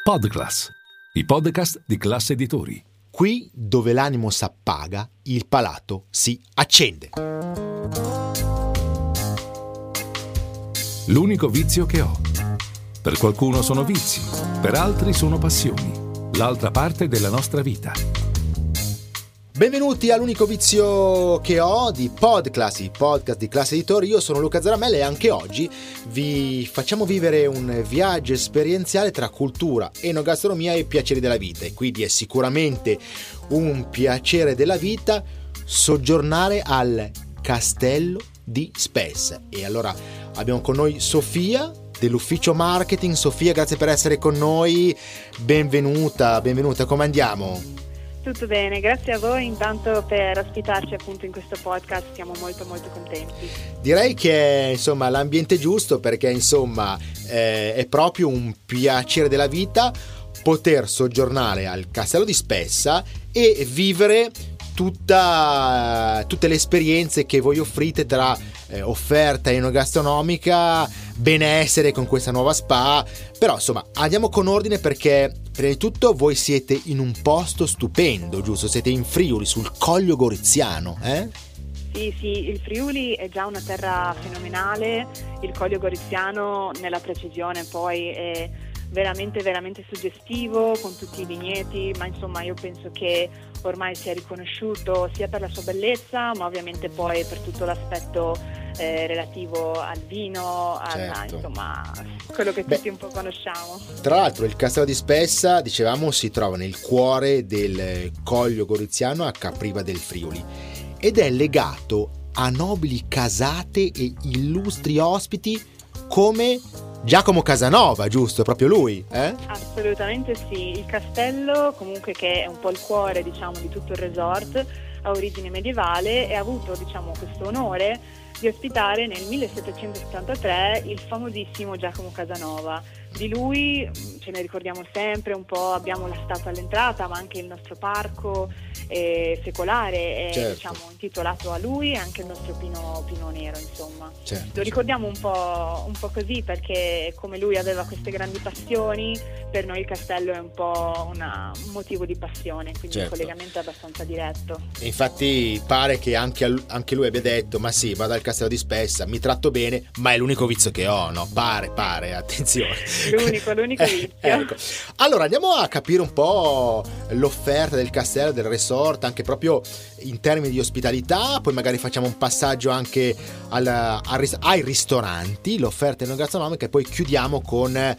Podclass, i podcast di Class Editori. Qui dove l'animo s'appaga, il palato si accende. L'unico vizio che ho. Per qualcuno sono vizi, per altri sono passioni. L'altra parte della nostra vita. Benvenuti all'unico vizio che ho di Podclass, il podcast di Class Editori. Io sono Luca Zaramella e anche oggi vi facciamo vivere un viaggio esperienziale tra cultura, enogastronomia e piaceri della vita. E quindi è sicuramente un piacere della vita soggiornare al Castello di Spessa. E allora abbiamo con noi Sofia dell'ufficio marketing. Sofia, grazie per essere con noi, benvenuta, come andiamo? Tutto bene, grazie a voi intanto per ospitarci appunto in questo podcast, siamo molto contenti. Direi che insomma l'ambiente giusto, perché insomma è proprio un piacere della vita poter soggiornare al Castello di Spessa e vivere tutte le esperienze che voi offrite tra offerta enogastronomica, benessere con questa nuova spa. Però insomma andiamo con ordine, perché prima di tutto voi siete in un posto stupendo, giusto? Siete in Friuli, sul Coglio Goriziano, Sì, il Friuli è già una terra fenomenale, il Coglio Goriziano nella precisione poi è veramente suggestivo con tutti i vigneti, ma insomma io penso che ormai sia riconosciuto sia per la sua bellezza, ma ovviamente poi per tutto l'aspetto relativo al vino, certo. Insomma quello che tutti un po' conosciamo. Tra l'altro il Castello di Spessa, dicevamo, si trova nel cuore del Coglio Goriziano a Capriva del Friuli ed è legato a nobili casate e illustri ospiti come Giacomo Casanova, giusto? Proprio lui, Assolutamente sì, il castello comunque, che è un po' il cuore diciamo di tutto il resort, ha origine medievale e ha avuto diciamo questo onore di ospitare nel 1773 il famosissimo Giacomo Casanova. Di lui ce ne ricordiamo sempre un po', abbiamo la statua all'entrata, ma anche il nostro parco secolare è certo. diciamo intitolato a lui, e anche il nostro pino nero, insomma. Certo, Lo ricordiamo un po' così, perché come lui aveva queste grandi passioni, per noi il castello è un po' un motivo di passione, quindi certo. Un collegamento abbastanza diretto. E infatti pare che anche lui abbia detto: ma sì, vado al Castello di Spessa, mi tratto bene, ma è l'unico vizio che ho, no? Pare, attenzione. L'unico vizio. Ecco. Allora andiamo a capire un po' l'offerta del castello, del resort, anche proprio in termini di ospitalità. Poi magari facciamo un passaggio anche ai ristoranti, l'offerta enogastronomica, e poi chiudiamo con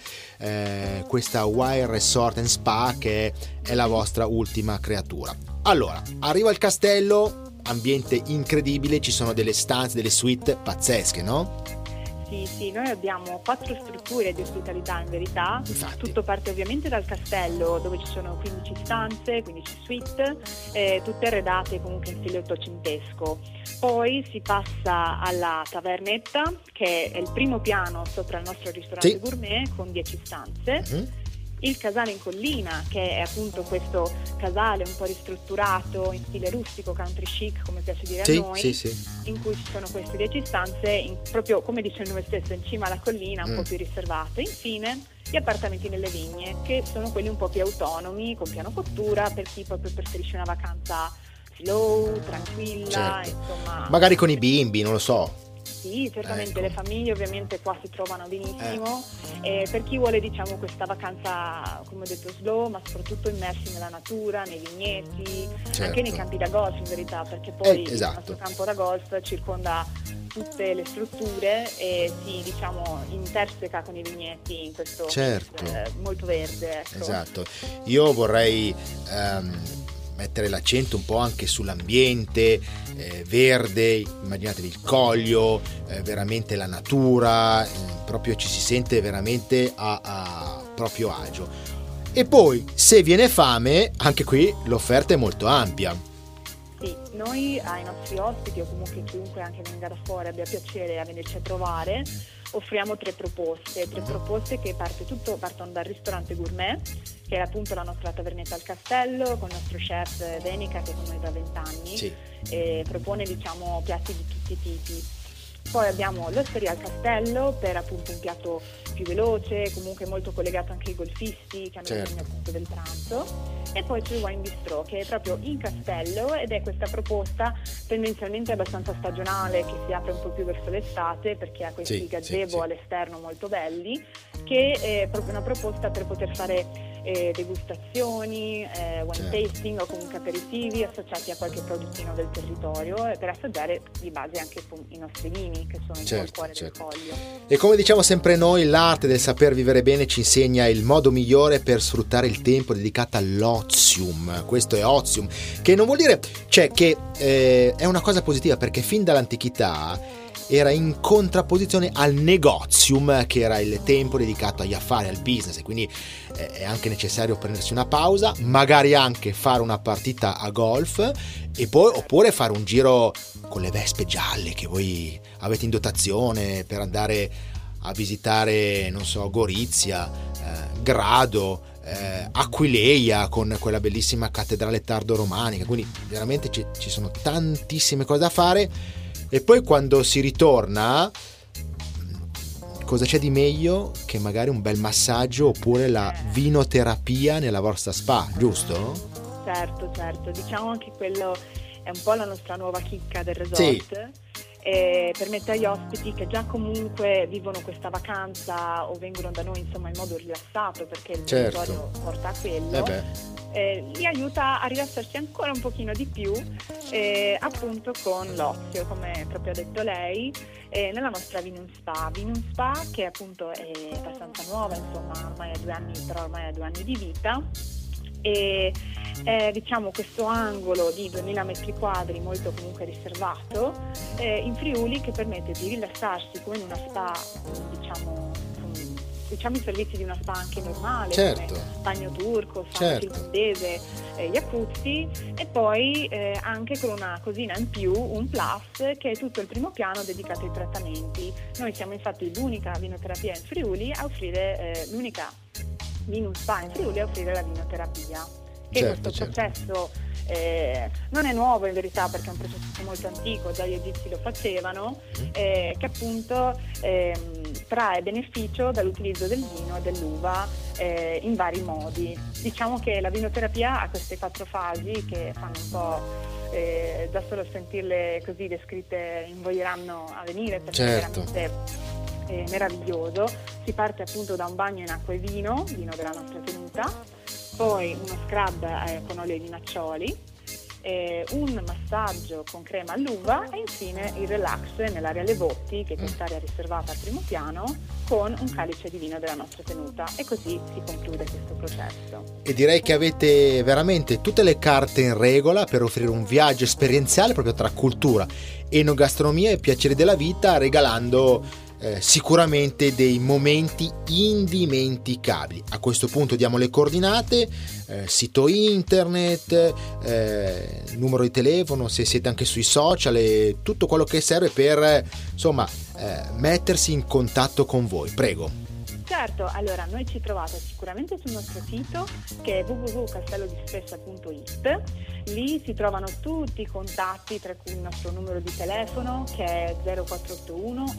questa Wild Resort and Spa, che è la vostra ultima creatura. Allora, arriva al castello, ambiente incredibile, ci sono delle stanze, delle suite pazzesche, no? Sì, noi abbiamo 4 strutture di ospitalità in verità. Infatti. Tutto parte ovviamente dal castello, dove ci sono 15 stanze, 15 suite, tutte arredate comunque in stile ottocentesco. Poi si passa alla tavernetta, che è il primo piano sopra il nostro ristorante sì. gourmet, con 10 stanze. Mm-hmm. Il casale in collina, che è appunto questo casale un po' ristrutturato in stile rustico, country chic, come piace dire a noi, sì. in cui ci sono queste 10 stanze, proprio come dice il nome stesso, in cima alla collina, un po' più riservate. Infine gli appartamenti nelle vigne, che sono quelli un po' più autonomi, con piano cottura, per chi proprio preferisce una vacanza slow, tranquilla, certo. Insomma. Magari con i bimbi, non lo so. Sì, certamente, Ecco. Le famiglie ovviamente qua si trovano benissimo, per chi vuole diciamo questa vacanza, come ho detto, slow, ma soprattutto immersi nella natura, nei vigneti, certo. Anche nei campi da golf in verità, perché poi esatto. il nostro campo da golf circonda tutte le strutture e si diciamo interseca con i vigneti in questo certo. molto verde, ecco. Esatto. Io vorrei mettere l'accento un po' anche sull'ambiente verde, immaginatevi il Coglio, veramente la natura, proprio ci si sente veramente a proprio agio. E poi se viene fame, anche qui l'offerta è molto ampia. Sì, noi ai nostri ospiti, o comunque chiunque anche venga da fuori abbia piacere a venirci a trovare, offriamo tre proposte che partono dal ristorante gourmet, che è appunto la nostra tavernetta al castello, con il nostro chef Denica, che è con noi da 20 anni, sì. E propone diciamo piatti di tutti i tipi. Poi abbiamo l'osteria al castello per appunto un piatto più veloce, comunque molto collegato anche ai golfisti che hanno bisogno appunto del pranzo. E poi c'è il Wine Bistro, che è proprio in castello, ed è questa proposta tendenzialmente abbastanza stagionale, che si apre un po' più verso l'estate perché ha questi gazebo all'esterno molto belli, che è proprio una proposta per poter fare degustazioni, wine tasting o comunque aperitivi associati a qualche produttino del territorio, e per assaggiare di base anche i nostri vini, che sono il cuore del Foglio. E come diciamo sempre noi, l'arte del saper vivere bene ci insegna il modo migliore per sfruttare il tempo dedicato all'ozium. Questo è ozium, che non vuol dire che è una cosa positiva, perché fin dall'antichità era in contrapposizione al negozium, che era il tempo dedicato agli affari, al business, e quindi è anche necessario prendersi una pausa, magari anche fare una partita a golf, e poi oppure fare un giro con le vespe gialle che voi avete in dotazione per andare a visitare, non so, Gorizia, Grado, Aquileia, con quella bellissima cattedrale tardo-romanica. Quindi veramente ci sono tantissime cose da fare. E poi quando si ritorna, cosa c'è di meglio che magari un bel massaggio oppure la vinoterapia nella vostra spa, giusto? Certo, diciamo anche quello è un po' la nostra nuova chicca del resort. Permette agli ospiti che già comunque vivono questa vacanza o vengono da noi insomma in modo rilassato, perché il territorio porta a quello, li aiuta a rilassarsi ancora un pochino di più, appunto con l'ozio, come proprio ha detto lei, nella nostra Vinum Spa, che appunto è abbastanza nuova, insomma ormai ha 2 anni di vita, e diciamo questo angolo di 2000 metri quadri molto comunque riservato in Friuli, che permette di rilassarsi come in una spa, diciamo i servizi di una spa anche normale, come bagno turco, sauna finlandese, jacuzzi, e poi anche con una cosina in più, un plus, che è tutto il primo piano dedicato ai trattamenti. Noi siamo infatti l'unica vinoterapia in Friuli a offrire, l'unica Vinum Spa in Friuli a offrire la vinoterapia. E questo processo non è nuovo in verità, perché è un processo molto antico, già gli egizi lo facevano, che appunto trae beneficio dall'utilizzo del vino e dell'uva in vari modi. Diciamo che la vinoterapia ha queste 4 fasi che fanno un po', da solo sentirle così descritte invoglieranno a venire, perché è veramente meraviglioso. Si parte appunto da un bagno in acqua e vino della nostra tenuta, poi uno scrub con olio di naccioli, un massaggio con crema all'uva, e infine il relax nell'area Levotti, che è quest'area riservata al primo piano, con un calice di vino della nostra tenuta, e così si conclude questo processo. E direi che avete veramente tutte le carte in regola per offrire un viaggio esperienziale proprio tra cultura, enogastronomia e piaceri della vita, regalando sicuramente dei momenti indimenticabili. A questo punto diamo le coordinate, sito internet, numero di telefono, se siete anche sui social, e tutto quello che serve per insomma mettersi in contatto con voi. Prego. Certo, allora noi ci trovate sicuramente sul nostro sito, che è www.castellodispessa.it. Lì si trovano tutti i contatti, tra cui il nostro numero di telefono, che è 0481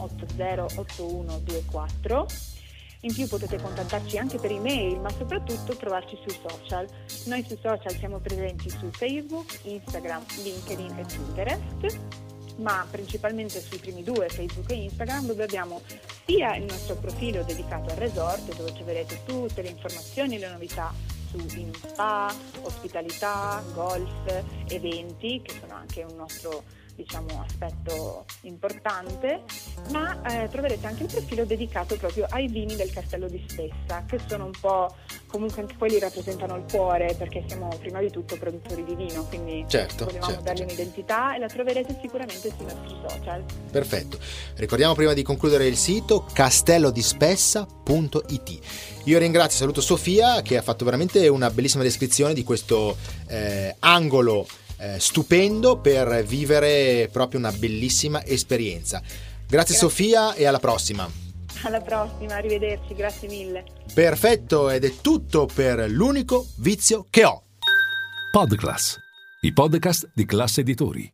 808124. In più potete contattarci anche per email, ma soprattutto trovarci sui social. Noi sui social siamo presenti su Facebook, Instagram, LinkedIn e Pinterest, ma principalmente sui primi 2, Facebook e Instagram, dove abbiamo sia il nostro profilo dedicato al resort, dove troverete tutte le informazioni e le novità su Vinum Spa, ospitalità, golf, eventi, che sono anche un nostro aspetto importante, ma troverete anche il profilo dedicato proprio ai vini del Castello di Spessa, che sono un po', comunque anche quelli rappresentano il cuore, perché siamo prima di tutto produttori di vino, quindi volevamo dargli un'identità, e la troverete sicuramente sui nostri social. Perfetto, ricordiamo prima di concludere il sito castellodispessa.it. Io ringrazio e saluto Sofia, che ha fatto veramente una bellissima descrizione di questo angolo stupendo per vivere proprio una bellissima esperienza. Grazie Sofia, e alla prossima. Alla prossima, arrivederci, grazie mille. Perfetto, ed è tutto per l'unico vizio che ho. Podclass, i podcast di Classe Editori.